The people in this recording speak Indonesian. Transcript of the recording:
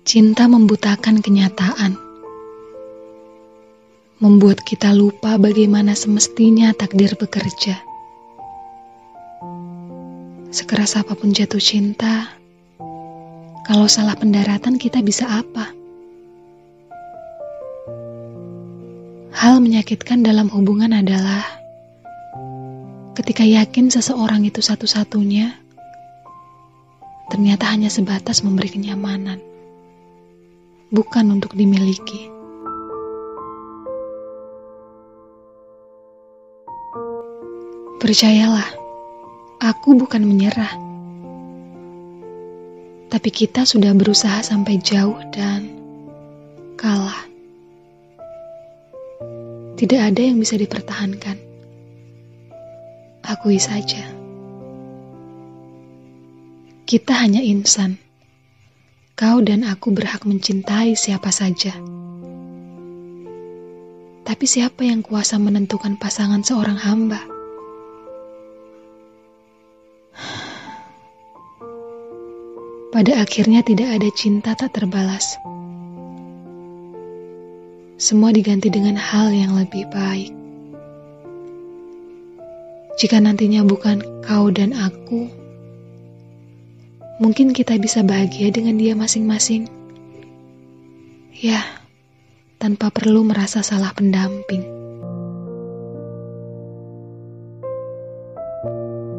Cinta membutakan kenyataan, membuat kita lupa bagaimana semestinya takdir bekerja. Sekeras apapun jatuh cinta, kalau salah pendaratan kita bisa apa? Hal menyakitkan dalam hubungan adalah ketika yakin seseorang itu satu-satunya, ternyata hanya sebatas memberi kenyamanan, bukan untuk dimiliki. Percayalah, aku bukan menyerah. Tapi kita sudah berusaha sampai jauh dan kalah. Tidak ada yang bisa dipertahankan. Akui saja. Kita hanya insan. Kau dan aku berhak mencintai siapa saja. Tapi siapa yang kuasa menentukan pasangan seorang hamba? Pada akhirnya tidak ada cinta tak terbalas. Semua diganti dengan hal yang lebih baik. Jika nantinya bukan kau dan aku, mungkin kita bisa bahagia dengan dia masing-masing. Ya, tanpa perlu merasa salah pendamping.